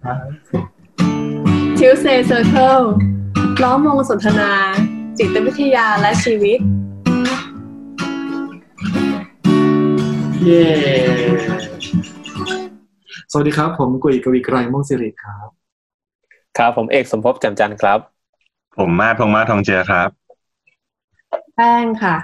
Tuesday Circle ล้อมวงสนทนาจิตวิทยาและชีวิตเย้สวัสดีครับผมกุยกวีไกรม่วงสิริครับครับผมเอกสมภพแจ่มจันทร์ครับผมมาทองเจือครับแป้งค่ะ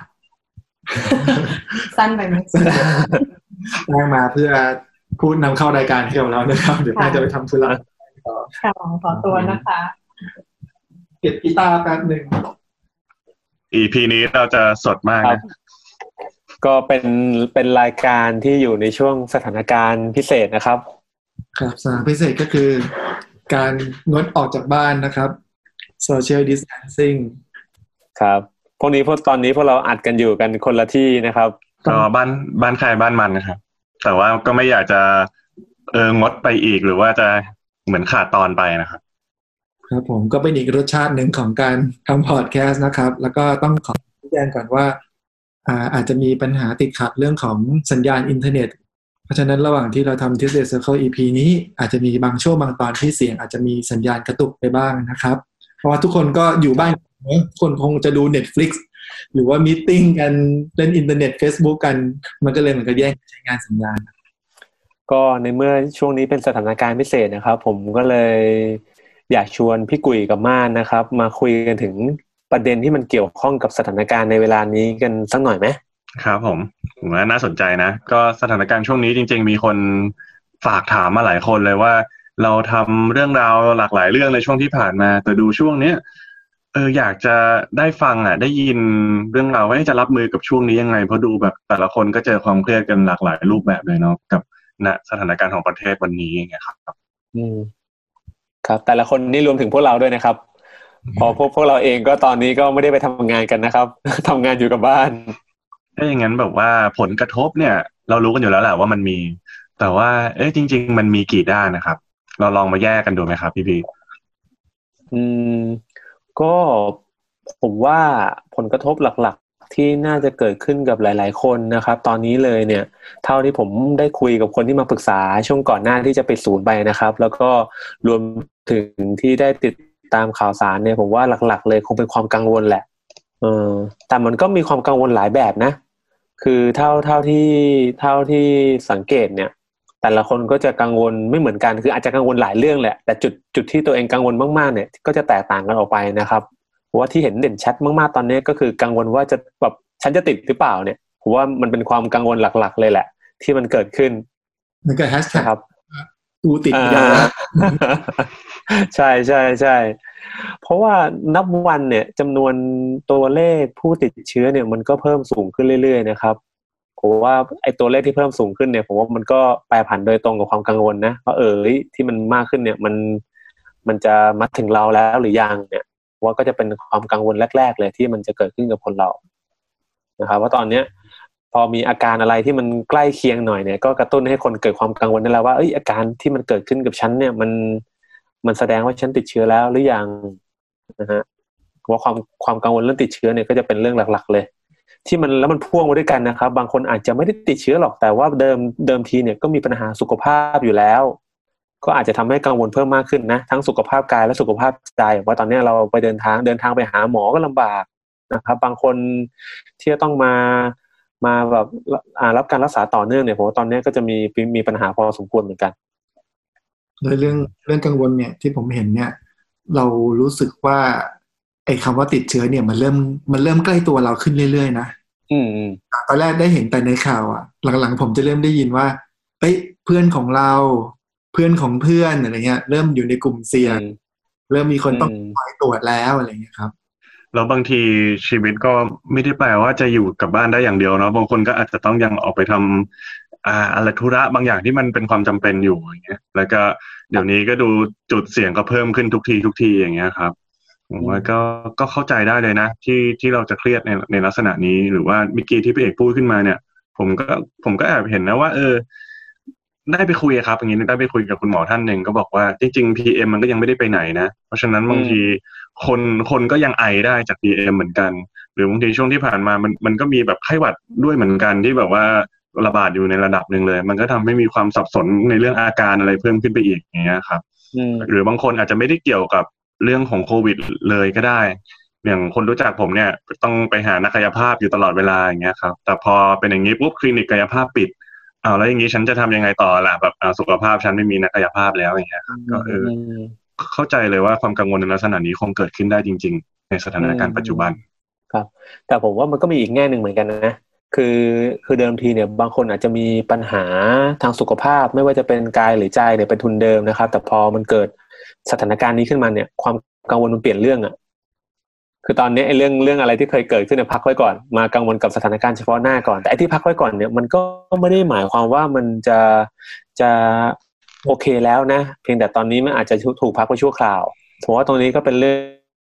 สั้นไปไหมแป้งมาเพื่อพูดนำเข้ารายการให้กับเรานะครับเดี๋ยวแป้งจะไปทำธุระค่ะขอตัวนะคะเก็บกีตาร์แป๊บนึง EP นี้เราจะสดมากนะก็เป็นรายการที่อยู่ในช่วงสถานการณ์พิเศษนะครับครับสถานพิเศษก็คือการงดออกจากบ้านนะครับ Social Distancing ครับตอนนี้พวกเราอัดกันอยู่กันคนละที่นะครับก็บ้านใครบ้านมันนะครับแต่ว่าก็ไม่อยากจะงดไปอีกหรือว่าจะเหมือนขาดตอนไปนะครับครับผมก็เป็นอีกรสชาติหนึ่งของการทำพอดแคสต์นะครับแล้วก็ต้องขอแจ้งก่อนว่าอาจจะมีปัญหาติดขัดเรื่องของสัญญาณอินเทอร์เน็ตเพราะฉะนั้นระหว่างที่เราทำ Tuesday Circle EP นี้อาจจะมีบางช่วงบางตอนที่เสียงอาจจะมีสัญญาณกระตุกไปบ้างนะครับเพราะว่าทุกคนก็อยู่บ้านคนคงจะดู Netflix หรือว่ามีตติ้งกันเล่นอินเทอร์เน็ต Facebook กันมันก็เลยเหมือนกับแย่งใช้งานสัญญาณก็ในเมื่อช่วงนี้เป็นสถานการณ์พิเศษนะครับผมก็เลยอยากชวนพี่กุยกับม่านนะครับมาคุยกันถึงประเด็นที่มันเกี่ยวข้องกับสถานการณ์ในเวลานี้กันสักหน่อยไหมครับผมว่าน่าสนใจนะก็สถานการณ์ช่วงนี้จริงๆมีคนฝากถามมาหลายคนเลยว่าเราทำเรื่องราวหลากหลายเรื่องในช่วงที่ผ่านมาแต่ดูช่วงเนี้ยอยากจะได้ฟังได้ยินเรื่องราวว่าจะรับมือกับช่วงนี้ยังไงเพราะดูแบบแต่ละคนก็เจอความเครียดกันหลากหลายรูปแบบเลยเนาะกับณสถานการณ์ของประเทศวันนี้ไงครับครับแต่ละคนนี่รวมถึงพวกเราด้วยนะครับพอพวกเราเองก็ตอนนี้ก็ไม่ได้ไปทำงานกันนะครับ ทำงานอยู่กับบ้านถ้าอย่างนั้นแบบว่าผลกระทบเนี่ยเรารู้กันอยู่แล้วแหละว่ามันมีแต่ว่าจริงๆมันมีกี่ด้านนะครับเราลองมาแยกกันดูไหมครับพี่ก็ผมว่าผลกระทบหลักๆที่น่าจะเกิดขึ้นกับหลายๆคนนะครับตอนนี้เลยเนี่ยเท่าที่ผมได้คุยกับคนที่มาปรึกษาช่วงก่อนหน้าที่จะไปศูนย์ไปนะครับแล้วก็รวมถึงที่ได้ติดตามข่าวสารเนี่ยผมว่าหลักๆเลยคงเป็นความกังวลแหละแต่มันก็มีความกังวลหลายแบบนะคือเท่าที่สังเกตเนี่ยแต่ละคนก็จะกังวลไม่เหมือนกันคืออาจจะกังวลหลายเรื่องแหละแต่จุดที่ตัวเองกังวลมากๆเนี่ยก็จะแตกต่างกันออกไปนะครับเพราะว่าที่เห็นเด่นชัดมากๆตอนนี้ก็คือกังวลว่าจะแบบฉันจะติดหรือเปล่าเนี่ยผมว่ามันเป็นความกังวลหลักๆเลยแหละที่มันเกิดขึ้นมันก็แฮชแท็กครับกูติดอย่างใช่ใช่ใช่เพราะว่านับวันเนี่ยจำนวนตัวเลขผู้ติดเชื้อเนี่ยมันก็เพิ่มสูงขึ้นเรื่อยๆนะครับผมว่าไอ้ตัวเลขที่เพิ่มสูงขึ้นเนี่ยผมว่ามันก็แปรผันโดยตรงกับความกังวลนะว่าที่มันมากขึ้นเนี่ยมันจะมาถึงเราแล้วหรือยังเนี่ยว่าก็จะเป็นความกังวลแรกๆเลยที่มันจะเกิดขึ้นกับคนเรานะครับว่าตอนเนี้ยพอมีอาการอะไรที่มันใกล้เคียงหน่อยเนี่ยก็กระตุ้นให้คนเกิดความกังวลได้แล้วว่าอาการที่มันเกิดขึ้นกับฉันเนี่ยมันแสดงว่าฉันติดเชื้อแล้วหรือยังนะฮะว่าความกังวลเรื่องติดเชื้อเนี่ยก็จะเป็นเรื่องหลักๆเลยที่มันพ่วงมาด้วยกันนะครับบางคนอาจจะไม่ได้ติดเชื้อหรอกแต่ว่าเดิมทีเนี่ยก็มีปัญหาสุขภาพอยู่แล้วก็อาจจะทำให้กังวลเพิ่มมากขึ้นนะทั้งสุขภาพกายและสุขภาพใจว่าตอนนี้เราไปเดินทางไปหาหมอก็ลำบากนะครับบางคนที่จะต้องมาแบบรับการรักษาต่อเนื่องเนี่ยผมว่าตอนนี้ก็จะมีปัญหาพอสมควรเหมือนกันโดยเรื่องกังวลเนี่ยที่ผมเห็นเนี่ยเรารู้สึกว่าไอ้คำว่าติดเชื้อเนี่ยมันเริ่มใกล้ตัวเราขึ้นเรื่อยๆนะตอนแรกได้เห็นแต่ในข่าวหลังๆผมจะเริ่มได้ยินว่าเพื่อนของเราเพื่อนของเพื่อนอะไรเงี้ยเริ่มอยู่ในกลุ่มเสี่ยงเริ่มมีคนต้องคอยตรวจแล้วอะไรเงี้ยครับแล้วบางทีชีวิตก็ไม่ได้แปลว่าจะอยู่กับบ้านได้อย่างเดียวเนาะบางคนก็อาจจะต้องยังออกไปทำอะไรธุระบางอย่างที่มันเป็นความจำเป็นอยู่อย่างเงี้ยแล้วก็เดี๋ยวนี้ก็ดูจุดเสี่ยงก็เพิ่มขึ้นทุกทีอย่างเงี้ยครับผมว่าก็เข้าใจได้เลยนะที่เราจะเครียดในลักษณะนี้หรือว่าเมื่อกี้ที่พี่เอกพูดขึ้นมาเนี่ยผมก็แอบเห็นนะว่าได้ไปคุยครับอย่างนี้ได้ไปคุยกับคุณหมอท่านหนึ่งก็บอกว่าจริงๆ PM มันก็ยังไม่ได้ไปไหนนะเพราะฉะนั้นบางทีคนก็ยังไอได้จาก PM เหมือนกันหรือบางทีช่วงที่ผ่านมามันก็มีแบบไข้หวัดด้วยเหมือนกันที่แบบว่าระบาดอยู่ในระดับหนึ่งเลยมันก็ทำให้มีความสับสนในเรื่องอาการอะไรเพิ่มขึ้นไปอีกอย่างเงี้ยครับหรือบางคนอาจจะไม่ได้เกี่ยวกับเรื่องของโควิดเลยก็ได้อย่างคนรู้จักผมเนี่ยต้องไปหานักกายภาพอยู่ตลอดเวลาอย่างเงี้ยครับแต่พอเป็นอย่างนี้ปุ๊บคลินิกกายภาพปิดแล้วอย่างนี้ฉันจะทำยังไงต่อล่ะแบบสุขภาพฉันไม่มีนักกายภาพแล้วอย่างเงี้ยครับก็เข้าใจเลยว่าความกังวลในลักษณะนี้คงเกิดขึ้นได้จริงๆในสถานการณ์ปัจจุบันครับแต่ผมว่ามันก็มีอีกแง่หนึ่งเหมือนกันนะคือเดิมทีเนี่ยบางคนอาจจะมีปัญหาทางสุขภาพไม่ว่าจะเป็นกายหรือใจเนี่ยเป็นทุนเดิมนะครับแต่พอมันเกิดสถานการณ์นี้ขึ้นมาเนี่ยความกังวลมันเปลี่ยนเรื่องอ่ะคือตอนนี้ไอ้เรื่องอะไรที่เคยเกิดขึ้นเนี่ยพักไว้ก่อนมากังวลกับสถานการณ์เฉพาะหน้าก่อนแต่ไอ้ที่พักไว้ก่อนเนี่ยมันก็ไม่ได้หมายความว่ามันจะโอเคแล้วนะเพียงแต่ตอนนี้มันอาจจะถูกพักไว้ชั่วคราวผมว่าตรงนี้ก็เป็นเรื่อง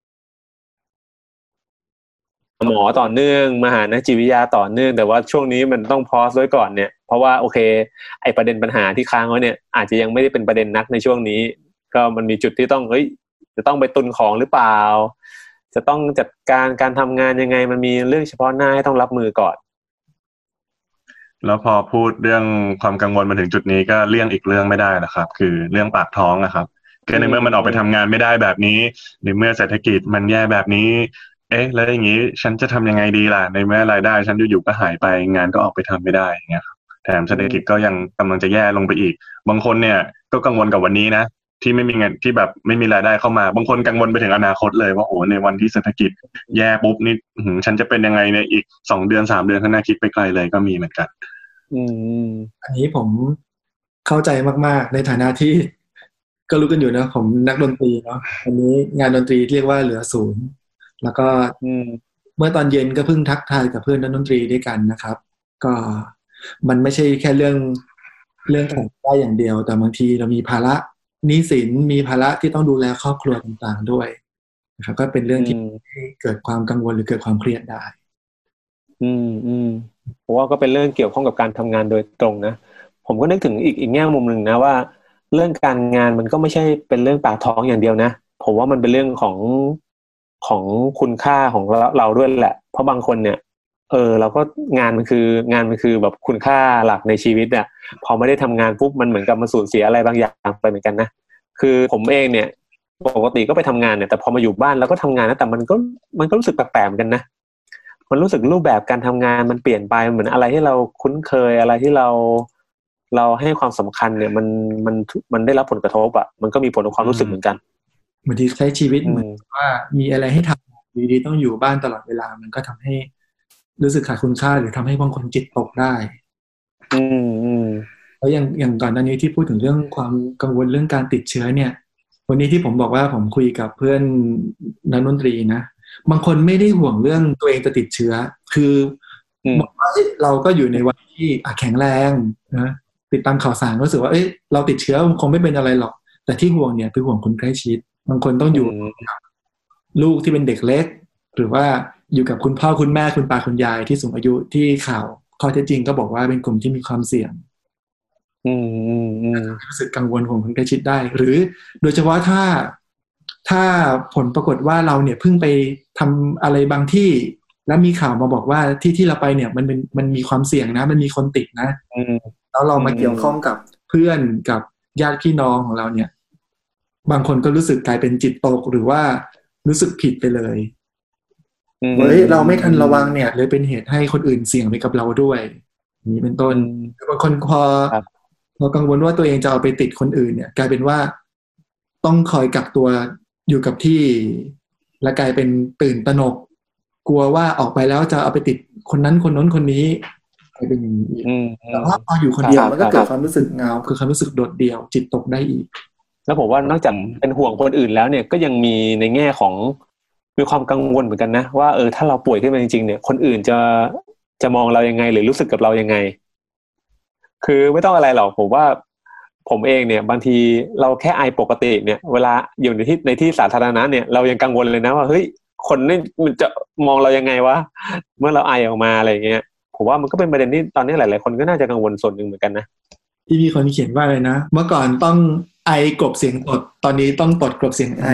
หมอต่อเนื่องมหานักจิตวิทยาต่อเนื่องแต่ว่าช่วงนี้มันต้องพอสไว้ก่อนเนี่ยเพราะว่าโอเคไอ้ประเด็นปัญหาที่ค้างไว้เนี่ยอาจจะยังไม่ได้เป็นประเด็นนักในช่วงนี้ก็มันมีจุดที่ต้องจะต้องไปตุนของหรือเปล่าจะต้องจัดการทำงานยังไงมันมีเรื่องเฉพาะหน้าให้ต้องรับมือก่อนแล้วพอพูดเรื่องความกังวลมาถึงจุดนี้ก็เลี่ยงอีกเรื่องไม่ได้นะครับคือเรื่องปากท้องนะครับก็ในเมื่อมันออกไปทำงานไม่ได้แบบนี้ในเมื่อเศรษฐกิจมันแย่แบบนี้แล้วอย่างนี้ฉันจะทำยังไงดีล่ะในเมื่อรายได้ฉันอยู่ๆก็หายไปงานก็ออกไปทำไม่ได้อย่างเงี้ยครับแถมเศรษฐกิจก็ยังกำลังจะแย่ลงไปอีกบางคนเนี่ยก็กังวลกับวันนี้นะที่ไม่มีเงินที่แบบไม่มีรายได้เข้ามาบางคนกังวลไปถึงอนาคตเลยว่าโอ้ในวันที่เศรษฐกิจแย่ปุ๊บนี่ฉันจะเป็นยังไงในอีก2 เดือน 3 เดือนข้างหน้าคิดไปไกลเลยก็มีเหมือนกันอันนี้ผมเข้าใจมากๆในฐานะที่ก็รู้กันอยู่นะผมนักดนตรีเนาะอันนี้งานดนตรีเรียกว่าเหลือศูนย์แล้วก็เมื่อตอนเย็นก็เพิ่งทักทายกับเพื่อนนักดนตรีด้วยกันนะครับก็มันไม่ใช่แค่เรื่องของได้อย่างเดียวแต่บางทีเรามีภาระหนี้สินมีภาระที่ต้องดูแลครอบครัวต่างๆด้วยนะครับก็เป็นเรื่องที่เกิดความกังวลหรือเกิดความเครียดได้เพราะว่าก็เป็นเรื่องเกี่ยวข้องกับการทำงานโดยตรงนะผมก็นึกถึงอีกแง่มุมหนึ่งนะว่าเรื่องการงานมันก็ไม่ใช่เป็นเรื่องปากท้องอย่างเดียวนะผมว่ามันเป็นเรื่องของคุณค่าของเราด้วยแหละเพราะบางคนเนี่ยเราก็งานมันคือแบบคุณค่าหลักในชีวิตอ่ะพอไม่ได้ทำงานปุ๊บมันเหมือนกับมันสูญเสียอะไรบางอย่างไปเหมือนกันนะคือผมเองเนี่ยปกติก็ไปทำงานเนี่ยแต่พอมาอยู่บ้านแล้วก็ทำงานนะแต่มันก็รู้สึกแปลกๆเหมือนกันนะมันรู้สึกรูปแบบการทำงานมันเปลี่ยนไปเหมือนอะไรที่เราคุ้นเคยอะไรที่เราให้ความสำคัญเนี่ยมันได้รับผลกระทบอ่ะมันก็มีผลต่อความรู้สึกเหมือนกันบางทีใช้ชีวิตเหมือนว่ามีอะไรให้ทำดีๆต้องอยู่บ้านตลอดเวลามันก็ทำให้รู้สึกขาดคุณค่าหรือทำให้บางคนจิตตกได้แล้วอย่างก่อนหน้านี้ที่พูดถึงเรื่องความกังวลเรื่องการติดเชื้อเนี่ยวันนี้ที่ผมบอกว่าผมคุยกับเพื่อนนักดนตรีนะบางคนไม่ได้ห่วงเรื่องตัวเองจะติดเชื้อคือบอกว่าเราก็อยู่ในวันที่แข็งแรงนะติดตามข่าวสารรู้สึกว่าเราติดเชื้อคงไม่เป็นอะไรหรอกแต่ที่ห่วงเนี่ยคือห่วงคนใกล้ชิดบางคนต้องอยู่กับลูกที่เป็นเด็กเล็กหรือว่าอยู่กับคุณพ่อคุณแม่คุณตาคุณยายที่สูงอายุที่ข่าวข้อเท็จจริงก็บอกว่าเป็นกลุ่มที่มีความเสี่ยงรู้สึกกังวลของคนใกล้ชิดได้หรือโดยเฉพาะถ้าผลปรากฏว่าเราเนี่ยเพิ่งไปทำอะไรบางที่แล้วมีข่าวมาบอกว่าที่เราไปเนี่ยมันมีความเสี่ยงนะมันมีคนติดนะแล้วเรามาเกี่ยวข้องกับเพื่อนกับญาติพี่น้องของเราเนี่ยบางคนก็รู้สึกกลายเป็นจิตตกหรือว่ารู้สึกผิดไปเลยเราไม่ทันระวังเนี่ยเลยเป็นเหตุให้คนอื่นเสี่ยงไปกับเราด้วยนี่เป็นต้นบางคนพอกังวลว่าตัวเองจะเอาไปติดคนอื่นเนี่ยกลายเป็นว่าต้องคอยกักตัวอยู่กับที่และกลายเป็นตื่นตระหนกกลัวว่าออกไปแล้วจะเอาไปติดคนนั้นคนโน้นคนนี้กลายเป็นอย่างนี้แต่ว่าพออยู่คนเดียวมันก็เกิดความรู้สึกเหงาคือความรู้สึกโดดเดี่ยวจิตตกได้อีกแล้วผมว่านอกจากเป็นห่วงคนอื่นแล้วเนี่ยก็ยังมีในแง่ของมีความกังวลเหมือนกันนะว่าถ้าเราป่วยขึ้นมาจริงๆเนี่ยคนอื่นจะมองเรายังไงหรือรู้สึกกับเรายังไงคือไม่ต้องอะไรหรอกผมว่าผมเองเนี่ยบางทีเราแค่ไอปกติเนี่ยเวลาอยู่ในที่สาธารณะเนี่ยเรายังกังวลเลยนะว่าเฮ้ยคนนี่มันจะมองเรายังไงวะเมื่อเราไอออกมาอะไรอย่างเงี้ยผมว่ามันก็เป็นประเด็นที่ตอนนี้หลายๆคนก็น่าจะกังวลส่วนหนึ่งเหมือนกันนะที่มีคนเขียนว่าอะไรนะเมื่อก่อนต้องไอกลบเสียงตดตอนนี้ต้องตดกลบเสียงไอ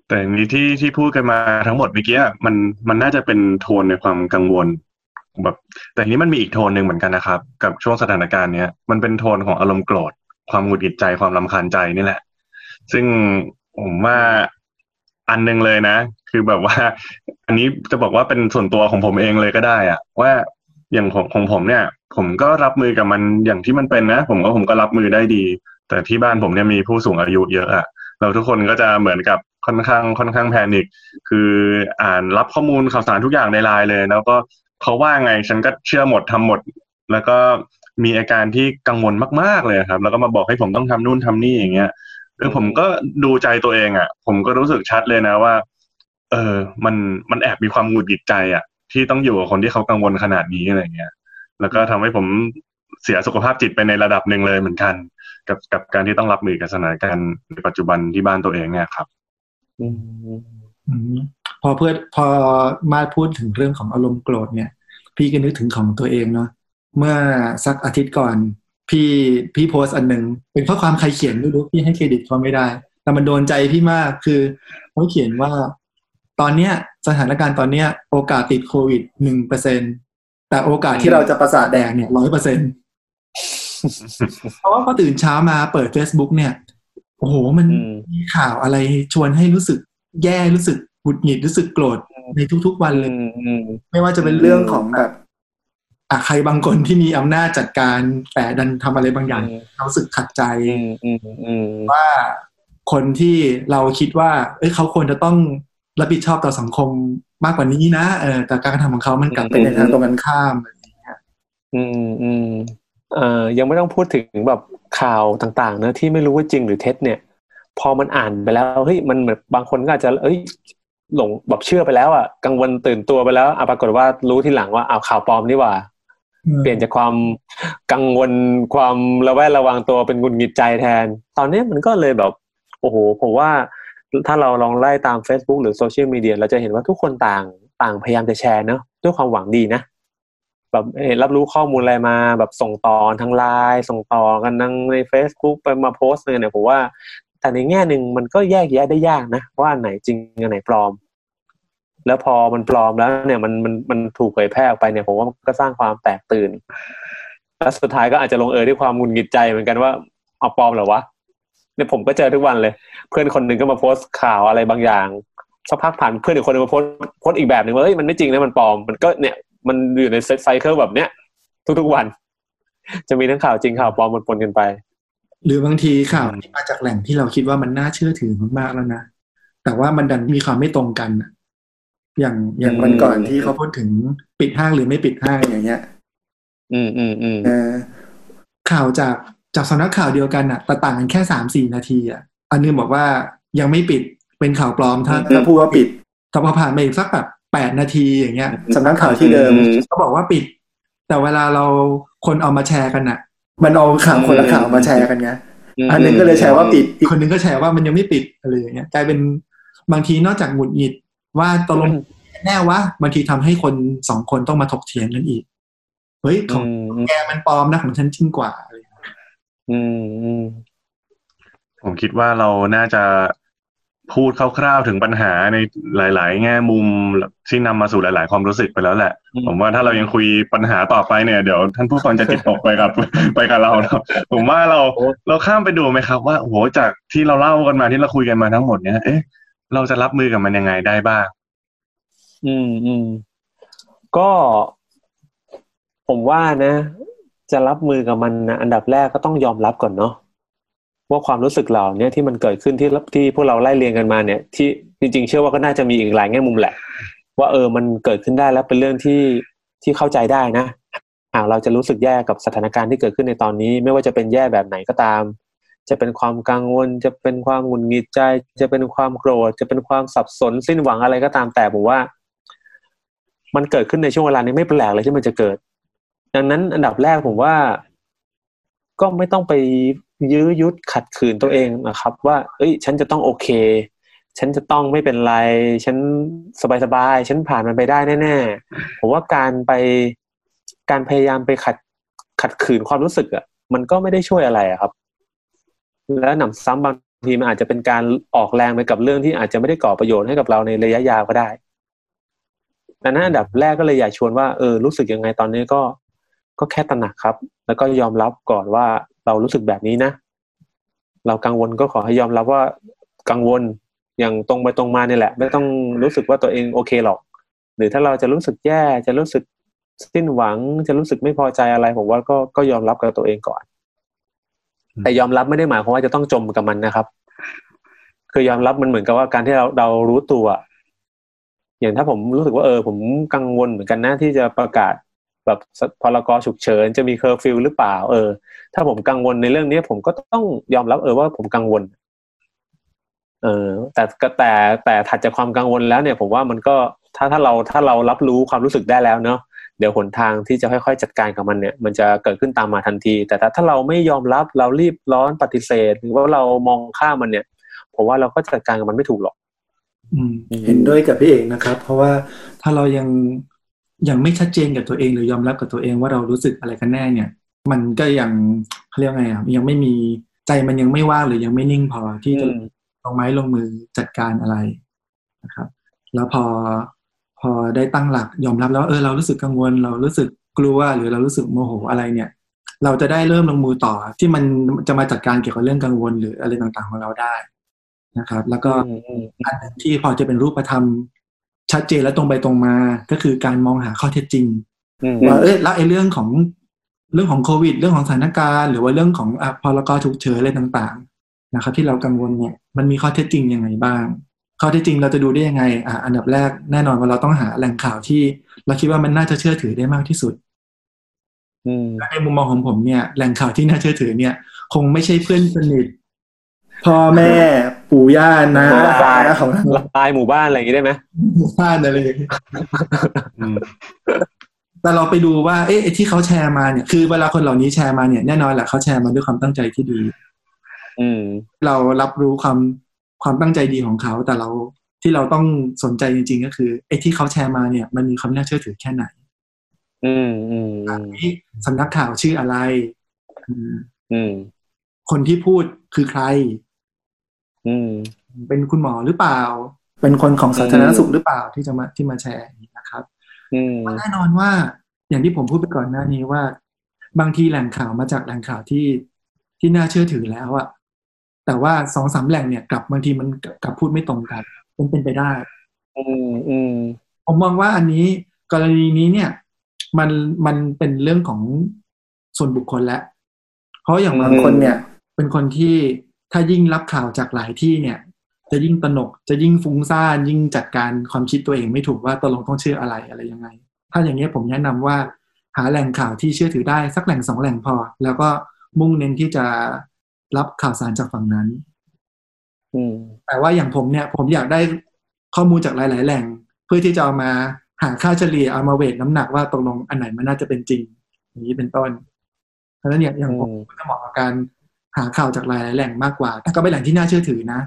แต่อย่างนี้ที่พูดกันมาทั้งหมดเมื่อกี้มันน่าจะเป็นโทนในความกังวลแบบแต่ทีนี้มันมีอีกโทนหนึ่งเหมือนกันนะครับกับช่วงสถานการณ์เนี้ยมันเป็นโทนของอารมณ์โกรธความหงุดหงิดใจความรำคาญใจนี่แหละซึ่งผมว่าอันนึงเลยนะคือแบบว่าอันนี้จะบอกว่าเป็นส่วนตัวของผมเองเลยก็ได้อะว่าอย่างของผมเนี่ยผมก็รับมือกับมันอย่างที่มันเป็นนะผมก็รับมือได้ดีแต่ที่บ้านผมเนี่ยมีผู้สูงอายุเยอะอะเราทุกคนก็จะเหมือนกับค่อนข้างแพนิคคืออ่านรับข้อมูลข่าวสารทุกอย่างในไลน์เลยแล้วก็เขาว่าไงฉันก็เชื่อหมดทำหมดแล้วก็มีอาการที่กังวลมากๆเลยครับแล้วก็มาบอกให้ผมต้องทำนู่นทำนี่อย่างเงี้ยผมก็ดูใจตัวเองอ่ะผมก็รู้สึกชัดเลยนะว่ามันแอบมีความหงุดหงิดใจอ่ะที่ต้องอยู่กับคนที่เขากังวลขนาดนี้อะไรเงี้ยแล้วก็ทำให้ผมเสียสุขภาพจิตไปในระดับหนึ่งเลยเหมือนกันกับการที่ต้องรับมือกับสถานการณ์ในปัจจุบันที่บ้านตัวเองเนี่ยครับพอมาพูดถึงเรื่องของอารมณ์โกรธเนี่ยพี่ก็นึกถึงของตัวเองเนาะเมื่อสักอาทิตย์ก่อนพี่โพสต์อันหนึ่งเป็นข้อความใครเขียนไม่รู้พี่ให้เครดิตเขาไม่ได้แต่มันโดนใจพี่มากคือเขาเขียนว่าตอนเนี้ยสถานการณ์ตอนเนี้ยโอกาสติดโควิด 1% แต่โอกาสที่เราจะประสาทแดงเนี่ย 100% เพราะว่าพอตื่นเช้ามาเปิด Facebook เนี่ยโอ้โหมันมีข่าวอะไรชวนให้รู้สึกแย่รู้สึกหงุดหงิดรู้สึกโกรธในทุกๆวันเลยไม่ว่าจะเป็นเรื่องของแบบใครบางคนที่มีอำนาจจัดการแต่ดันทำอะไรบางอย่างรู้สึกขัดใจว่าคนที่เราคิดว่าเขาควรจะต้องรับผิดชอบต่อสังคมมากกว่านี้นะแต่การกระทำของเขามันกลับเป็นในทางตรงกันข้ามอะไรอย่างเงี้ยยังไม่ต้องพูดถึงแบบข่าวต่างๆนะที่ไม่รู้ว่าจริงหรือเท็จเนี่ยพอมันอ่านไปแล้วเฮ้ยมันแบบบางคนก็อาจจะหลงแบบเชื่อไปแล้วอ่ะกังวลตื่นตัวไปแล้วปรากฏว่ารู้ทีหลังว่าข่าวปลอมนี่หว่าเปลี่ยนจากความกังวลความระแวดระวังตัวเป็นหงุดหงิดใจแทนตอนนี้มันก็เลยแบบโอ้โหผมว่าถ้าเราลองไล่ตาม Facebook หรือโซเชียลมีเดียเราจะเห็นว่าทุกคนต่างพยายามจะแชร์เนอะด้วยความหวังดีนะแบบรับรู้ข้อมูลอะไรมาแบบส่งต่อทางไลน์ส่งต่อกันใน Facebook ไปมาโพสต์เนี่ยผมว่าแต่ในแง่นึงมันก็แยกแยะได้ยากนะว่าอันไหนจริงอันไหนปลอมแล้วพอมันปลอมแล้วเนี่ยมันถูกเผยแพร่ออกไปเนี่ยผมว่ามันก็สร้างความแตกตื่นแล้วสุดท้ายก็อาจจะลงด้วยความหงุดหงิดใจเหมือนกันว่าเอาปลอมเหรอวะเนี่ยผมก็เจอทุกวันเลยเพื่อนคนนึงก็มาโพสต์ข่าวอะไรบางอย่างสักพักผ่านเพื่อนอีกคนนึงมาโพสต์อีกแบบนึงว่ามันไม่จริงนะมันปลอมมันก็เนี่ยมันอยู่ในไซเคิลแบบเนี้ยทุกๆวันจะมีทั้งข่าวจริงข่าวปลอมปนกันไปหรือบางทีข่าวที่มาจากแหล่งที่เราคิดว่ามันน่าเชื่อถือมากๆแล้วนะแต่ว่ามันดันมีความไม่ตรงกันอย่างวันก่อนที่เขาพูดถึงปิดห้างหรือไม่ปิดห้างอย่างเงี้ยข่าวจากสำนักข่าวเดียวกันอ่ะแต่ต่างกันแค่ 3-4 นาทีอ่ะอันนึงบอกว่ายังไม่ปิดเป็นข่าวปลอมถ้าพูดว่าปิดแต่พอผ่านไปอีกสักแบบ8 นาทีอย่างเงี้ยสำนักข่าวที่เดิมเขาบอกว่าปิดแต่เวลาเราคนเอามาแชร์กันอ่ะมันเอาข่าวคนละข่าวมาแชร์กันไงอันนึงก็เลยแชร์ว่าปิดอีกคนนึงก็แชร์ว่ามันยังไม่ปิดอะไรอย่างเงี้ยกลายเป็นบางทีนอกจากหงุดหงิดว่าตกลงแน่วะบางทีทำให้คน2 คนต้องมาถกเถียงกันอีกเฮ้ยของแกมันปลอมนะของฉันจริงกว่าผมคิดว่าเราน่าจะพูดคร่าวๆถึงปัญหาในหลายๆแง่มุมที่นำมาสู่หลายๆความรู้สึกไปแล้วแหละผมว่าถ้าเรายังคุยปัญหาต่อไปเนี่ยเดี๋ยวท่านผู้ฟังจะจิตตกไปกับเราผมว่าเราข้ามไปดูไหมครับว่าโอ้โหจากที่เราเล่ากันมาที่เราคุยกันมาทั้งหมดเนี่ยเราจะรับมือกับมันยังไงได้บ้างก็ผมว่านะจะรับมือกับมันนะอันดับแรกก็ต้องยอมรับก่อนเนาะว่าความรู้สึกเหล่านี้ที่มันเกิดขึ้นที่พวกเราไล่เรียงกันมาเนี่ยที่จริงๆเชื่อว่าก็น่าจะมีอีกหลายแง่มุมแหละว่ามันเกิดขึ้นได้แล้วเป็นเรื่องที่เข้าใจได้นะหากเราจะรู้สึกแย่กับสถานการณ์ที่เกิดขึ้นในตอนนี้ไม่ว่าจะเป็นแย่แบบไหนก็ตามจะเป็นความกังวลจะเป็นความหงุดหงิดใจจะเป็นความโกรธจะเป็นความสับสนสิ้นหวังอะไรก็ตามแต่ผมว่ามันเกิดขึ้นในช่วงเวลานี้ไม่แปลกเลยที่มันจะเกิดดังนั้นอันดับแรกผมว่าก็ไม่ต้องไปยื้อยุดขัดขืนตัวเองนะครับว่าฉันจะต้องโอเคฉันจะต้องไม่เป็นไรฉันสบายๆฉันผ่านมันไปได้แน่ๆผมว่าการพยายามไปขัดขืนความรู้สึกอ่ะมันก็ไม่ได้ช่วยอะไรครับและหนำซ้ำบางทีมันอาจจะเป็นการออกแรงไปกับเรื่องที่อาจจะไม่ได้ก่อประโยชน์ให้กับเราในระยะยาวก็ได้ดังนั้นอันดับแรกก็เลยอยากชวนว่ารู้สึกยังไงตอนนี้ก็แค่ตระหนักครับแล้วก็ยอมรับก่อนว่าเรารู้สึกแบบนี้นะเรากังวลก็ขอให้ยอมรับว่ากังวลอย่างตรงไปตรงมาเนี่ยแหละไม่ต้องรู้สึกว่าตัวเองโอเคหรอกหรือถ้าเราจะรู้สึกแย่จะรู้สึกสิ้นหวังจะรู้สึกไม่พอใจอะไรผมว่าก็ยอมรับกับตัวเองก่อนแต่ยอมรับไม่ได้หมายความว่าจะต้องจมกับมันนะครับคือยอมรับมันเหมือนกับว่าการที่เรารู้ตัวอย่างถ้าผมรู้สึกว่าผมกังวลเหมือนกันนะที่จะประกาศแบบพรกฉุกเฉินจะมีเคอร์ฟิวหรือเปล่าถ้าผมกังวลในเรื่องนี้ผมก็ต้องยอมรับว่าผมกังวลแต่ถัดจากความกังวลแล้วเนี่ยผมว่ามันก็ถ้าเรารับรู้ความรู้สึกได้แล้วเนาะเดี๋ยวหนทางที่จะค่อยๆจัดการกับมันเนี่ยมันจะเกิดขึ้นตามมาทันทีแต่ถ้าเราไม่ยอมรับเรารีบร้อนปฏิเสธหรือว่าเรามองข้ามมันเนี่ยผมว่าเราก็จัดการกับมันไม่ถูกหรอกเห็นด้วยกับพี่เอกนะครับเพราะว่าถ้าเรายังไม่ชัดเจนกับตัวเองหรือยอมรับกับตัวเองว่าเรารู้สึกอะไรกันแน่เนี่ยมันก็ยังเขาเรียกไงยังไม่มีใจมันยังไม่ว่างหรือยังไม่นิ่งพอที่จะลงไม้ลงมือจัดการอะไรนะครับแล้วพอได้ตั้งหลักยอมรับแล้วเรารู้สึกกังวลเรารู้สึกกลัวหรือเรารู้สึกโมโหอะไรเนี่ยเราจะได้เริ่มลงมือต่อที่มันจะมาจัดการเกี่ยวกับเรื่องกังวลหรืออะไรต่างๆของเราได้นะครับแล้วก็อันนึงที่พอจะเป็นรูปธรรมชัดเจนและตรงไปตรงมาก็คือการมองหาข้อเท็จจริงว่าแล้วไอ้เรื่องของโควิดเรื่องของสถานการณ์หรือว่าเรื่องของพรกฉุกเฉินอะไรต่างๆนะครับที่เรากังวลเนี่ยมันมีข้อเท็จจริงยังไงบ้างข้อเท็จจริงเราจะดูได้ยังไงอันดับแรกแน่นอนว่าเราต้องหาแหล่งข่าวที่เราคิดว่ามันน่าจะเชื่อถือได้มากที่สุดและในมุมมองของผมเนี่ยแหล่งข่าวที่น่าเชื่อถือเนี่ยคงไม่ใช่เพื่อนสนิทพ่อแม่ปู่ย่านะของตายหมู่บ้านอะไรอย่างงี้ได้ไหมหมู่บ้านอะไรแต่เราไปดูว่าไอ้ที่เขาแชร์มาเนี่ยคือเวลาคนเหล่านี้แชร์มาเนี่ยแน่นอนแหละเขาแชร์มาด้วยความตั้งใจที่ดีเรารับรู้ความตั้งใจดีของเขาแต่ที่เราต้องสนใจจริงๆก็คือไอ้ที่เขาแชร์มาเนี่ยมันมีความน่าเชื่อถือแค่ไหนนี้สำนักข่าวชื่ออะไรคนที่พูดคือใครเป็นคุณหมอหรือเปล่าเป็นคนของสาธารณสุขหรือเปล่าที่มาแชร์นะครับแน่นอนว่าอย่างที่ผมพูดไปก่อนหน้านี้ว่าบางทีแหล่งข่าวมาจากแหล่งข่าวที่น่าเชื่อถือแล้วอะแต่ว่า 2-3 แหล่งเนี่ยบางทีมันกลับพูดไม่ตรงกันเป็นไปได้ผมมองว่าอันนี้กรณีนี้เนี่ยมันเป็นเรื่องของส่วนบุคคลแล้วเพราะอย่างบางคนเนี่ยเป็นคนที่ถ้ายิ่งรับข่าวจากหลายที่เนี่ยจะยิ่งตระหนกจะยิ่งฟุ้งซ่านยิ่งจัดการความคิดตัวเองไม่ถูกว่าตกลงต้องเชื่ออะไรยังไงถ้าอย่างนี้ผมแนะนำว่าหาแหล่งข่าวที่เชื่อถือได้สักแหล่ง2 แหล่งพอแล้วก็มุ่งเน้นที่จะรับข่าวสารจากฝั่งนั้นแต่ว่าอย่างผมเนี่ยผมอยากได้ข้อมูลจากหลายๆแหล่งเพื่อที่จะเอามาหาค่าเฉลี่ยเอามาเวทน้ำหนักว่าตกลงอันไหนมันน่าจะเป็นจริงอย่างนี้เป็นต้นเพราะฉะนั้นอย่างผมก็จะเหมาะกับการหาข่าวจากหลายๆแหล่งมากกว่าแต่ก็เป็นแหล่งที่น่าเชื่อถือนะ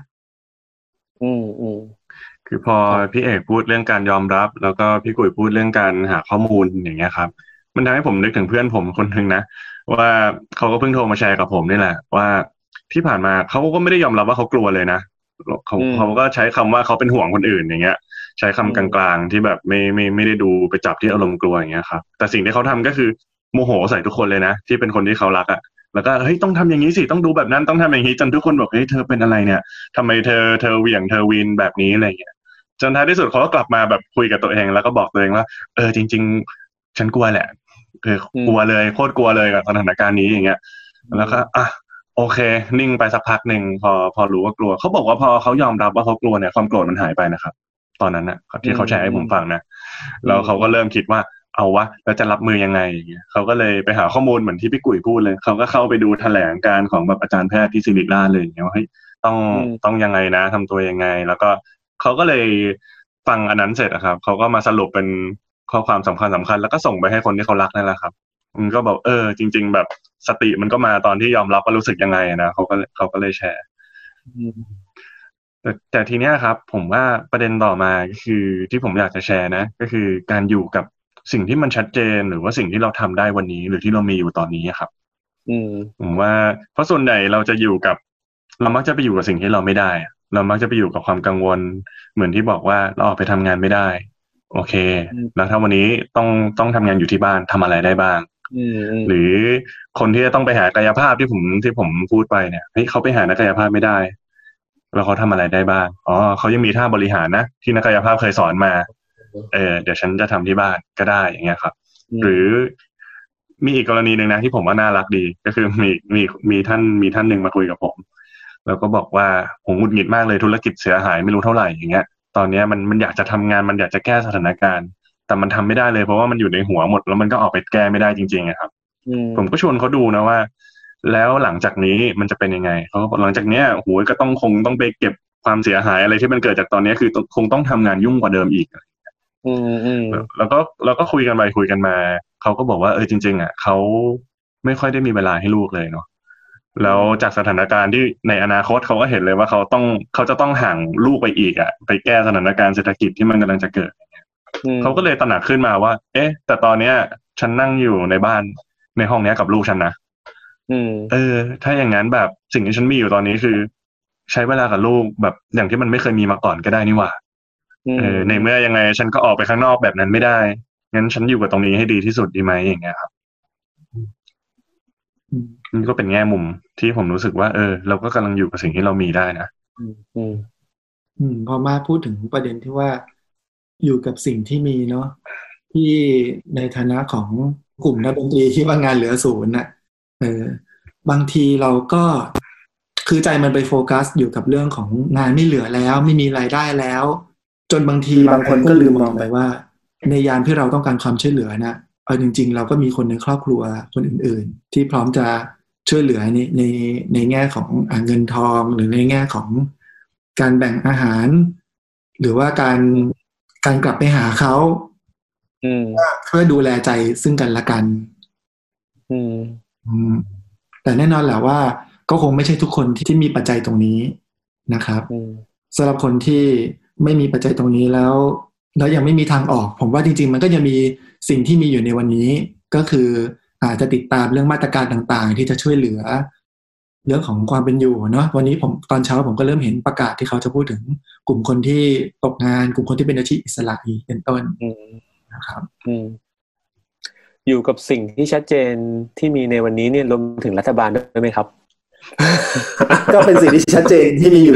คือพอพี่เอกพูดเรื่องการยอมรับแล้วก็พี่กุ๋ยพูดเรื่องการหาข้อมูลอย่างเงี้ยครับมันทำให้ผมนึกถึงเพื่อนผมคนนึงนะว่าเขาก็เพิ่งโทรมาแชร์กับผมนี่แหละว่าที่ผ่านมาเขาก็ไม่ได้ยอมรับว่าเขากลัวเลยนะเขาก็ใช้คำว่าเขาเป็นห่วงคนอื่นอย่างเงี้ยใช้คำกลางๆที่แบบไม่ได้ดูไปจับที่อารมณ์กลัวอย่างเงี้ยครับแต่สิ่งที่เขาทำก็คือโมโหใส่ทุกคนเลยนะที่เป็นคนที่เขารักอ่ะแล้วก็เฮ้ยต้องทำอย่างนี้สิต้องดูแบบนั้นต้องทำอย่างนี้จนทุกคนบอกเฮ้ยเธอเป็นอะไรเนี่ยทำไมเธอเหวี่ยงเธอวีนแบบนี้อะไรเงี้ยจนท้ายที่สุดเขาก็กลับมาแบบคุยกับตัวเองแล้วก็บอกตัวเองว่าจริงๆฉันกลัวแหละคือกลัวเลยโคตรกลัวเลยกับสถานการณ์นี้อย่างเงี้ยแล้วก็โอเคนิ่งไปสักพักหนึ่งพอรู้ว่ากลัวเขาบอกว่าพอเขายอมรับว่าเขากลัวเนี่ยความโกรธมันหายไปนะครับตอนนั้นนะที่เขาแชร์ให้ผมฟังนะแล้วเขาก็เริ่มคิดว่าเอาวะแล้วจะรับมือยังไงอย่างเงี้ยเขาก็เลยไปหาข้อมูลเหมือนที่พี่กุ๋ยพูดเลยเขาก็เข้าไปดูแถลงการของแบบอาจารย์แพทย์ที่ศิริราชเลยอย่างเงี้ยว่าเฮ้ยต้องยังไงนะทำตัวยังไงแล้วก็เขาก็เลยฟังอันนั้นเสร็จนะครับเขาก็มาสรุปเป็นข้อความสำคัญแล้วก็ส่งไปให้คนที่เขารักนั่นแหละครับมันก็บอกจริงๆแบบสติมันก็มาตอนที่ยอมรับว่ารู้สึกยังไงนะเขาก็เลยแชร์แต่ทีเนี้ยครับผมว่าประเด็นต่อมาก็คือที่ผมอยากจะแชร์นะก็คือการอยู่กับสิ่งที่มันชัดเจนหรือว่าสิ่งที่เราทำได้วันนี้หรือที่เรามีอยู่ตอนนี้ครับผมว่าเพราะส่วนใหญ่เราจะอยู่กับเรามักจะไปอยู่กับสิ่งที่เราไม่ได้เรามักจะไปอยู่กับความกังวลเหมือนที่บอกว่าเราออกไปทำงานไม่ได้โอเคแล้วถ้าวันนี้ต้องทำงานอยู่ที่บ้านทำอะไรได้บ้างหรือคนที่จะต้องไปหากายภาพที่ผมพูดไปเนี่ยเฮ้ยเขาไปหานักกายภาพไม่ได้แล้วเขาทำอะไรได้บ้างอ๋อเขายังมีท่าบริหารนะที่นักกายภาพเคยสอนมาเดี๋ยวฉันจะทำที่บ้านก็ได้อย่างเงี้ยครับหรือมีอีกกรณีหนึ่งนะที่ผมว่าน่ารักดีก็คือมีท่านหนึ่งมาคุยกับผมแล้วก็บอกว่าผมหงุดหงิดมากเลยธุรกิจเสียหายไม่รู้เท่าไหร่อย่างเงี้ยตอนนี้มันอยากจะทำงานมันอยากจะแก้สถานการณ์แต่มันทำไม่ได้เลยเพราะว่ามันอยู่ในหัวหมดแล้วมันก็ออกไปแก้ไม่ได้จริงๆครับผมก็ชวนเขาดูนะว่าแล้วหลังจากนี้มันจะเป็นยังไงเขาบอกหลังจากเนี้ยโหก็คงต้องไปเก็บความเสียหายอะไรที่มันเกิดจากตอนนี้คือคงต้องทำงานยุ่งกว่าเดิมอีกแล้วก็คุยกันไปคุยกันมาเขาก็บอกว่าจริงๆเขาไม่ค่อยได้มีเวลาให้ลูกเลยเนาะแล้วจากสถานการณ์ที่ในอนาคตเขาก็เห็นเลยว่าเขาจะต้องห่างลูกไปอีกไปแก้สถานการณ์เศรษฐกิจที่มันกำลังจะเกิดเขาก็เลยตระหนักขึ้นมาว่าแต่ตอนเนี้ยฉันนั่งอยู่ในบ้านในห้องนี้กับลูกฉันนะถ้าอย่างนั้นแบบสิ่งที่ฉันมีอยู่ตอนนี้คือใช้เวลากับลูกแบบอย่างที่มันไม่เคยมีมาก่อนก็ได้นี่หว่าในเมื่อยังไงฉันก็ออกไปข้างนอกแบบนั้นไม่ได้งั้นฉันอยู่กับตรงนี้ให้ดีที่สุดดีไหมอย่างเงี้ยครับนี่ก็เป็นแง่มุมที่ผมรู้สึกว่าเราก็กำลังอยู่กับสิ่งที่เรามีได้นะพอมาพูดถึงประเด็นที่ว่าอยู่กับสิ่งที่มีเนาะที่ในฐานะของกลุ่มนักดนตรีที่ว่างานเหลือศูนย์น่ะบางทีเราก็คือใจมันไปโฟกัสอยู่กับเรื่องของงานไม่เหลือแล้วไม่มีรายได้แล้วจนบางทีบางคนก็ลืมมองไปว่าในยามที่เราต้องการความช่วยเหลือนะจริงๆเราก็มีคนในครอบครัวคนอื่นๆที่พร้อมจะช่วยเหลือในแง่ของเงินทองหรือในแง่ของการแบ่งอาหารหรือว่าการกลับไปหาเขาเพื่อดูแลใจซึ่งกันและกันแต่แน่นอนแหละว่าก็คงไม่ใช่ทุกคนที่มีปัจจัยตรงนี้นะครับสำหรับคนที่ไม่มีปัจจัยตรงนี้แล้วยังไม่มีทางออกผมว่าจริงๆมันก็ยังมีสิ่งที่มีอยู่ในวันนี้ก็คืออาจจะติดตามเรื่องมาตรการต่างๆที่จะช่วยเหลือเรื่องของความเป็นอยู่เนาะวันนี้ผมตอนเช้าผมก็เริ่มเห็นประกาศที่เขาจะพูดถึงกลุ่มคนที่ตกงานกลุ่มคนที่เป็นอาชีพอิสระอีกเป็นต้นนะครับอยู่กับสิ่งที่ชัดเจนที่มีในวันนี้เนี่ยรวมถึงรัฐบาลด้วยไหมครับก็เป็นสิ่งที่ชัดเจนที่มีอยู่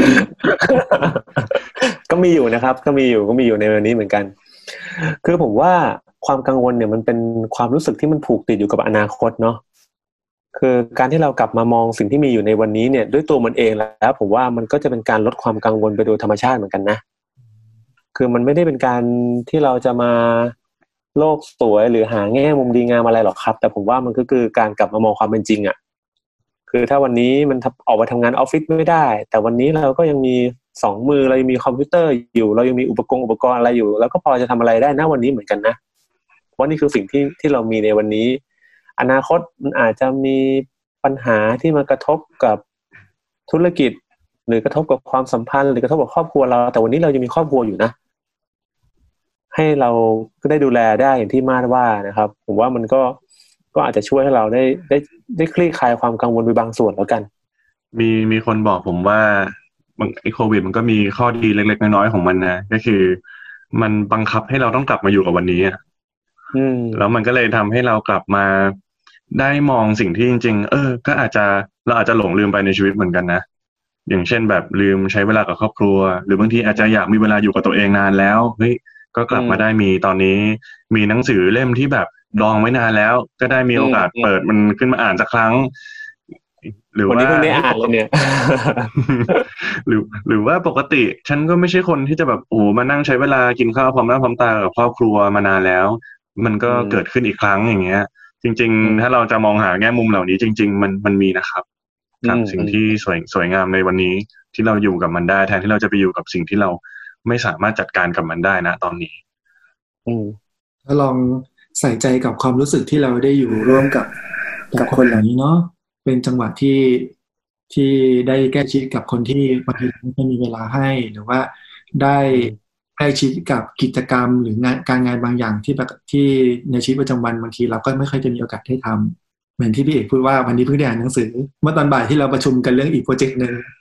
ก็มีอยู่นะครับก็มีอยู่ในวันนี้เหมือนกันคือผมว่าความกังวลเนี่ยมันเป็นความรู้สึกที่มันผูกติดอยู่กับอนาคตเนาะคือการที่เรากลับมามองสิ่งที่มีอยู่ในวันนี้เนี่ยด้วยตัวมันเองแล้วผมว่ามันก็จะเป็นการลดความกังวลไปโดยธรรมชาติเหมือนกันนะคือมันไม่ได้เป็นการที่เราจะมาโลกสวยหรือหาแง่มุมดีงามอะไรหรอกครับแต่ผมว่ามันก็คือการกลับมามองความเป็นจริงอ่ะคือถ้าวันนี้มันออกไปทำงานออฟฟิศไม่ได้แต่วันนี้เราก็ยังมี2 มือเรายังมีคอมพิวเตอร์อยู่เรายังมีอุปกรณ์อะไรอยู่แล้วก็พอจะทำอะไรได้ณวันนี้เหมือนกันนะเพราะนี่คือสิ่งที่เรามีในวันนี้อนาคตมันอาจจะมีปัญหาที่มากระทบกับธุรกิจหรือกระทบกับความสัมพันธ์หรือกระทบกับครอบครัวเราแต่วันนี้เรายังมีครอบครัวอยู่นะให้เราก็ได้ดูแลได้อย่างที่มาดว่านะครับผมว่ามันก็อาจจะช่วยให้เราได้คลี่คลายความกังวลไปบางส่วนแล้วกันมีคนบอกผมว่าไอ้โควิดมันก็มีข้อดีเล็กๆน้อยๆของมันนะก็คือมันบังคับให้เราต้องกลับมาอยู่กับวันนี้อ่ะแล้วมันก็เลยทำให้เรากลับมาได้มองสิ่งที่จริงๆก็อาจจะเราอาจจะหลงลืมไปในชีวิตเหมือนกันนะอย่างเช่นแบบลืมใช้เวลากับครอบครัวหรือบางทีอาจจะอยากมีเวลาอยู่กับตัวเองนานแล้วเฮ้ยก็กลับมาได้มีตอนนี้มีหนังสือเล่มที่แบบดองไว้นานแล้วก็ได้มีโอกาสเปิดมันขึ้นมาอ่านสักครั้งหรือว่าวันนี้เพิ่งได้อ่านเลยเนี่ยหรือว่าปกติฉันก็ไม่ใช่คนที่จะแบบโอ้มานั่งใช้เวลากินข้าวพร้อมหน้าพร้อมตากับครอบครัวมานานแล้วมันก็เกิดขึ้นอีกครั้งอย่างเงี้ยจริงๆถ้าเราจะมองหาแง่มุมเหล่านี้จริงๆมันมีนะครับกับสิ่งที่สวยงามในวันนี้ที่เราอยู่กับมันได้แทนที่เราจะไปอยู่กับสิ่งที่เราไม่สามารถจัดการกับมันได้นะตอนนี้ถ้าลองใส่ใจกับความรู้สึกที่เราได้อยู่ร่วมกับคนเหล่านี้เนาะเป็นจังหวะที่ได้ใกล้ชิดกับคนที่บางทีไม่มีเวลาให้หรือว่าได้ใกล้ชิดกับกิจกรรมหรืองานบางอย่างที่ในชีวิตประจำวันบางทีเราก็ไม่ค่อยจะมีโอกาสได้ทำเหมือนที่พี่เอกพูดว่าวันนี้เพิ่งได้อ่านหนังสือเมื่อตอนบ่ายที่เราประชุมกันเรื่องอีกโปรเจกต์นึง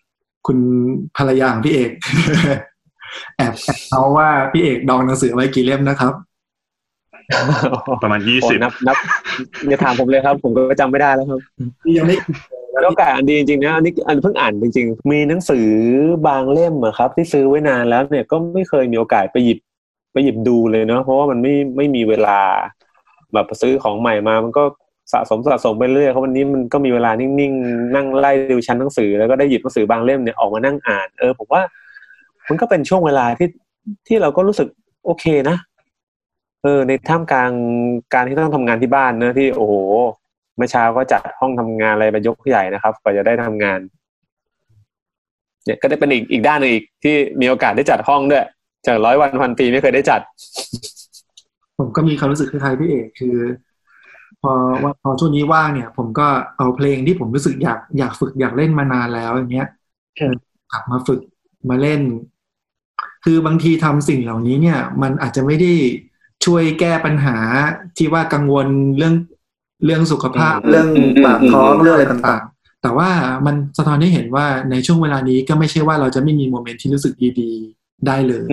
คุณภรรยาของพี่เอก แอบเอาว่าพี่เอกดองหนังสือไว้กี่เล่มนะครับประมาณ20 นับอย่าถามผมเลยครับผมก็จำไม่ได้แล้วครับยังไม่แล้วก็อันดีจริงๆนะอันนี้เพิ่งอ่านจริงๆมีหนังสือบางเล่มอะครับที่ซื้อไว้นานแล้วเนี่ยก็ไม่เคยมีโอกาสไปหยิบดูเลยเนาะเพราะว่ามันไม่มีเวลาแบบซื้อของใหม่มามันก็สะสมไปเรื่อยเพราะวันนี้มันก็มีเวลานิ่งๆนั่งไล่ดูชั้นหนังสือแล้วก็ได้หยิบหนังสือบางเล่มเนี่ยออกมานั่งอ่านผมว่ามันก็เป็นช่วงเวลาที่เราก็รู้สึกโอเคนะในท่ามกลางการที่ต้องทำงานที่บ้านนะที่โอ้โหเมื่อเช้าก็จัดห้องทำงานอะไรไปยกใหญ่นะครับกว่าจะได้ทำงานเนี่ยก็ได้เป็นอีกด้านนึงอีกที่มีโอกาสได้จัดห้องด้วยจาก100 วันพันปีไม่เคยได้จัดผมก็มีความรู้สึกคล้ายๆพี่เอกคือพอช่วงนี้ว่างเนี่ยผมก็เอาเพลงที่ผมรู้สึกอยากฝึกอยากเล่นมานานแล้วอย่างเงี้ยกลับมาฝึกมาเล่นคือบางทีทำสิ่งเหล่านี้เนี่ยมันอาจจะไม่ได้ช่วยแก้ปัญหาที่ว่ากังวลเรื่องสุขภาพเรื่องปากท้องเรื่องอะไรต่างๆแต่ว่ามันสะท้อนให้เห็นว่าในช่วงเวลานี้ก็ไม่ใช่ว่าเราจะไม่มีโมเมนต์ที่รู้สึกดีๆได้เลย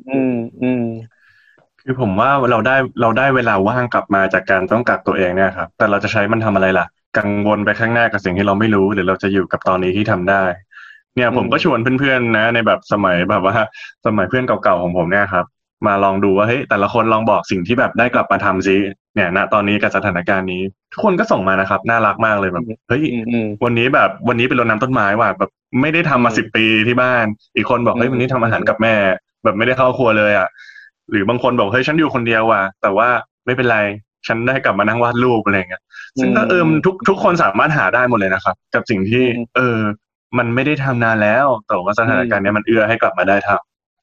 คือผมว่าเราได้เวลาว่างกลับมาจากการต้องกักตัวเองเนี่ยครับแต่เราจะใช้มันทำอะไรล่ะกังวลไปข้างหน้ากับสิ่งที่เราไม่รู้หรือเราจะอยู่กับตอนนี้ที่ทำได้เนี่ยผมก็ชวนเพื่อนๆนะในแบบสมัยแบบว่าสมัยเพื่อนเก่าๆของผมเนี่ยครับมาลองดูว่าเฮ้ยแต่ละคนลองบอกสิ่งที่แบบได้กลับมาทำซิเนี่ยณตอนนี้กับสถานการณ์นี้ทุกคนก็ส่งมานะครับน่ารักมากเลยแบบเฮ้ยวันนี้เป็นรดน้ำต้นไม้ว่ะแบบไม่ได้ทำมา10 ปีที่บ้านอีกคนบอกเฮ้ยวันนี้ทำอาหารกับแม่แบบไม่ได้เข้าครัวเลยอ่ะหรือบางคนบอกเฮ้ยฉันอยู่คนเดียวว่ะแต่ว่าไม่เป็นไรฉันได้กลับมานั่งวาดรูปอะไรเงี้ยซึ่งก็ทุกคนสามารถหาได้หมดเลยนะครับกับสิ่งที่มันไม่ได้ทำนานแล้วแต่ว่าสถานการณ์นี้มันเอื้อให้กลับมาได้ท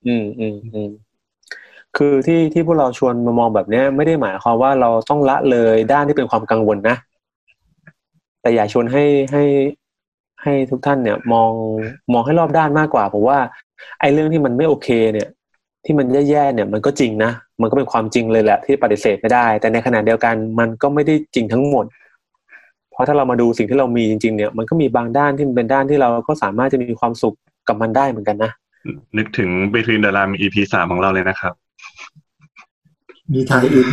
ำคือที่พวกเราชวนมามองแบบนี้ไม่ได้หมายความว่าเราต้องละเลยด้านที่เป็นความกังวลนะแต่อยากชวนให้ทุกท่านเนี่ยมองให้รอบด้านมากกว่าผมว่าไอ้เรื่องที่มันไม่โอเคเนี่ยที่มันแย่ๆเนี่ยมันก็จริงนะมันก็เป็นความจริงเลยแหละที่ปฏิเสธไม่ได้แต่ในขณะเดียวกันมันก็ไม่ได้จริงทั้งหมดเพราะถ้าเรามาดูสิ่งที่เรามีจริงๆเนี่ยมันก็มีบางด้านที่มันเป็นด้านที่เราก็สามารถจะมีความสุขกับมันได้เหมือนกันนะนึกถึง Between the Line EP 3 ของเราเลยนะครับมีไทยอิน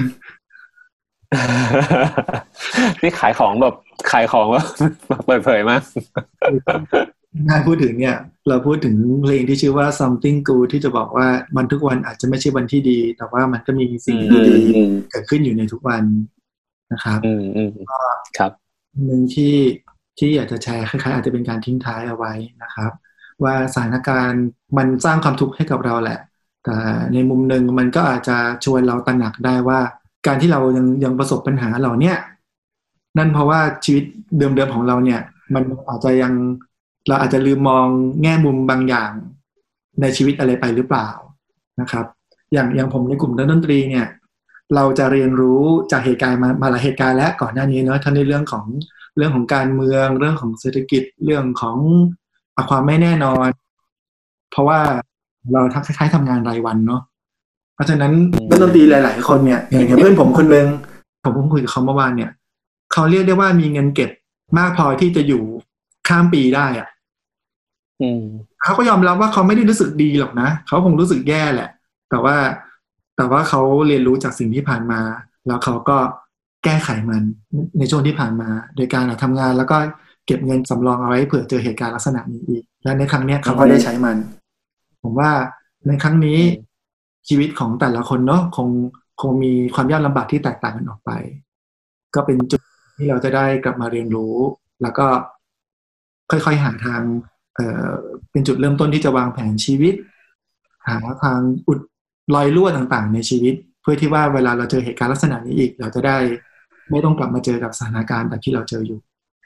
นี่ขายของว่าเปิดเผยมากถ้าพูดถึงเนี่ยเราพูดถึงเพลงที่ชื่อว่า Something Good ที่จะบอกว่ามันทุกวันอาจจะไม่ใช่วันที่ดีแต่ว่ามันก็มีสิ่งที่ดีเกิดขึ้นอยู่ในทุกวันนะครับก็ครับหนึ่งที่อยากจะแชร์คล้ายๆอาจจะเป็นการทิ้งท้ายเอาไว้นะครับว่าสถานการณ์มันสร้างความทุกข์ให้กับเราแหละแต่ในมุมหนึ่งมันก็อาจจะชวนเราตระหนักได้ว่าการที่เรายังประสบปัญหาเหล่านี้นั่นเพราะว่าชีวิตเดิมๆของเราเนี่ยมันอาจจะเราอาจจะลืมมองแง่มุมบางอย่างในชีวิตอะไรไปหรือเปล่านะครับอย่างผมในกลุ่มดนตรีเนี่ยเราจะเรียนรู้จากเหตุการณ์มาหลายเหตุการณ์แล้วก่อนหน้านี้เนาะทั้งในเรื่องของการเมืองเรื่องของเศรษฐกิจเรื่องของความไม่แน่นอนเพราะว่าเราคล้ายๆทำงานรายวันเนาะเพราะฉะนั้นดนตรีหลายๆคนเนี่ยอย่างเพื่อนผมคนนึงผมเพิ่งคุยกับเขาเมื่อวานเนี่ยเขาเรียกได้ว่ามีเงินเก็บมากพอที่จะอยู่ข้ามปีได้อ่ะเขาก็ยอมรับว่าเขาไม่ได้รู้สึกดีหรอกนะเขาคงรู้สึกแย่แหละแต่ว่าเขาเรียนรู้จากสิ่งที่ผ่านมาแล้วเขาก็แก้ไขมันในช่วงที่ผ่านมาโดยการทำงานแล้วก็เก็บเงินสำรองเอาไว้เผื่อเจอเหตุการณ์ลักษณะนี้อีกและในครั้งนี้เขาก็ได้ใช้มันผมว่าในครั้งนี้ชีวิตของแต่ละคนเนาะคงมีความยากลำบากที่แตกต่างกันออกไปก็เป็นจุดที่เราจะได้กลับมาเรียนรู้แล้วก็ค่อยๆหาทางเป็นจุดเริ่มต้นที่จะวางแผนชีวิตหาทางอุดรอยรั่วต่างๆในชีวิตเพื่อที่ว่าเวลาเราเจอเหตุการณ์ลักษณะนี้อีกเราจะได้ไม่ต้องกลับมาเจอกับสถานการณ์แบบที่เราเจออยู่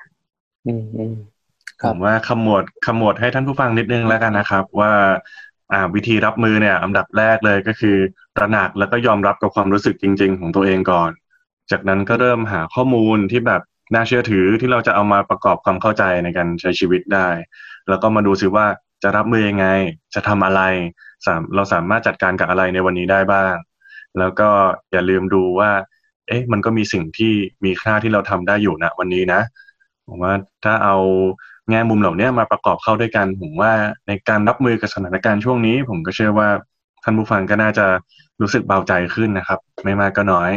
ผมว่าขมวดให้ท่านผู้ฟังนิดนึงแล้วกันนะครับว่าวิธีรับมือเนี่ยอันดับแรกเลยก็คือตระหนักแล้วก็ยอมรับกับความรู้สึกจริงๆของตัวเองก่อนจากนั้นก็เริ่มหาข้อมูลที่แบบน่าเชื่อถือที่เราจะเอามาประกอบความเข้าใจในการใช้ชีวิตได้แล้วก็มาดูซิว่าจะรับมือยังไงจะทำอะไรเราสามารถจัดการกับอะไรในวันนี้ได้บ้างแล้วก็อย่าลืมดูว่ามันก็มีสิ่งที่มีค่าที่เราทำได้อยู่ณวันนี้นะผมว่าถ้าเอาแง่มุมเหล่านี้มาประกอบเข้าด้วยกันผมว่าในการรับมือกับสถานการณ์ช่วงนี้ผมก็เชื่อว่าท่านผู้ฟังก็น่าจะรู้สึกเบาใจขึ้นนะครับไม่มากก็น้อย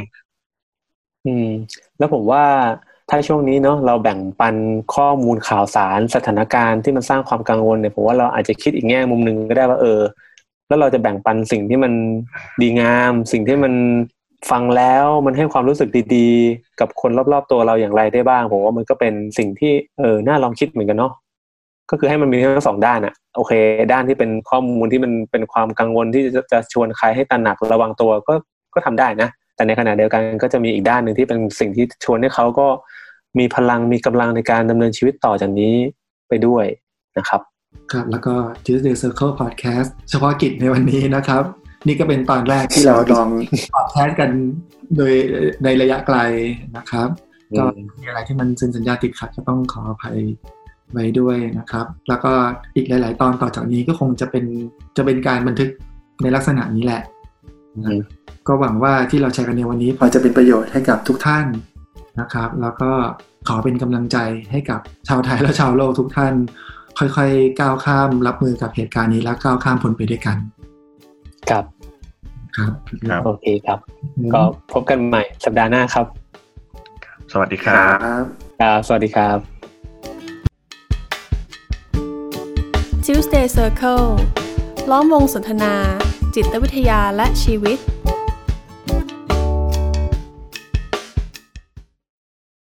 แล้วผมว่าถ้าช่วงนี้เนาะเราแบ่งปันข้อมูลข่าวสารสถานการณ์ที่มันสร้างความกังวลเนี่ยผมว่าเราอาจจะคิดอีกแง่มุมนึงก็ได้ว่าแล้วเราจะแบ่งปันสิ่งที่มันดีงามสิ่งที่มันฟังแล้วมันให้ความรู้สึกดีๆกับคนรอบๆตัวเราอย่างไรได้บ้างผมว่ามันก็เป็นสิ่งที่น่าลองคิดเหมือนกันเนาะก็คือให้มันมีทั้งสองด้านอะโอเคด้านที่เป็นข้อมูลที่มันเป็นความกังวลที่จะชวนใครให้ตระหนักระวังตัวก็ทำได้นะแต่ในขณะเดียวกันก็จะมีอีกด้านหนึ่งที่เป็นสิ่งที่ชวนให้เขาก็มีพลังมีกำลังในการดำเนินชีวิตต่อจากนี้ไปด้วยนะครับครับแล้วก็ Tuesday Circle Podcast เฉพาะกิจในวันนี้นะครับนี่ก็เป็นตอนแรกที่เราลองพอดแคสต์กันโดยในระยะไกลนะครับก็มีอะไรที่มันเซ็นสัญญาติดขัดก็ต้องขออภัยไว้ด้วยนะครับแล้วก็อีกหลายๆตอนต่อจากนี้ก็คงจะเป็นการบันทึกในลักษณะนี้แหละก็หวังว่าที่เราแชร์กันในวันนี้พอจะเป็นประโยชน์ให้กับทุกท่านนะครับแล้วก็ขอเป็นกำลังใจให้กับชาวไทยและชาวโลกทุกท่านค่อยๆก้าวข้ามรับมือกับเหตุการณ์นี้และก้าวข้ามพ้นไปด้วยกันครับโอเคครับก็พบกันใหม่สัปดาห์หน้าครับสวัสดีครับสวัสดีครับ Tuesday Circle ล้อมวงสนทนาจิตวิทยาและชีวิต